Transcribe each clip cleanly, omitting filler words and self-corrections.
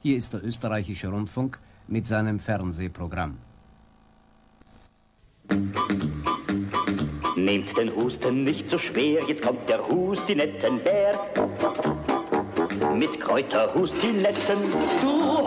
Hier ist der österreichische Rundfunk mit seinem Fernsehprogramm. Nehmt den Husten nicht so schwer, jetzt kommt der Hustinettenbär. Mit Kräuterhustinetten, du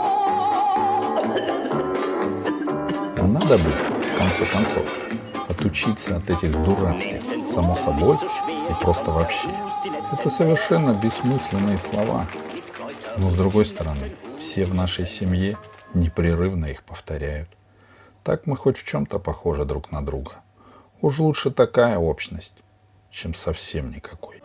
Надо бы, в конце концов, отучиться от этих дурацких «само собой» и «просто вообще». Это совершенно бессмысленные слова. Но с другой стороны, все в нашей семье непрерывно их повторяют. Так мы хоть в чем-то похожи друг на друга. Уж лучше такая общность, чем совсем никакой.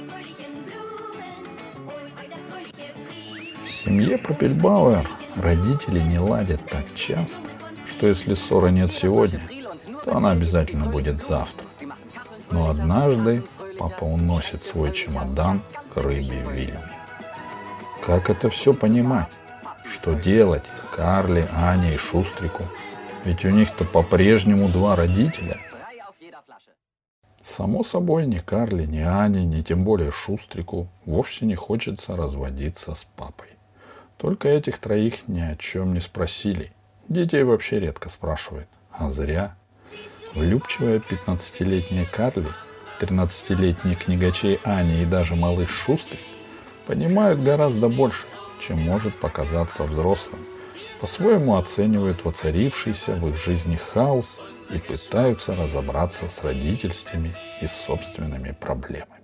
В семье Попельбауэр родители не ладят так часто, что если ссоры нет сегодня, то она обязательно будет завтра. Но однажды папа уносит свой чемодан к рыбе Вильме. Как это все понимать? Что делать Карли, Ане и Шустрику? Ведь у них-то по-прежнему два родителя. Само собой, ни Карли, ни Ане, ни тем более Шустрику вовсе не хочется разводиться с папой. Только этих троих ни о чем не спросили. Детей вообще редко спрашивают. А зря. Влюбчивая 15-летняя Карли, 13-летние книгачей Аня и даже малыш Шустрик понимают гораздо больше, чем может показаться взрослым. По-своему оценивают воцарившийся в их жизни хаос и пытаются разобраться с родительствами и собственными проблемами.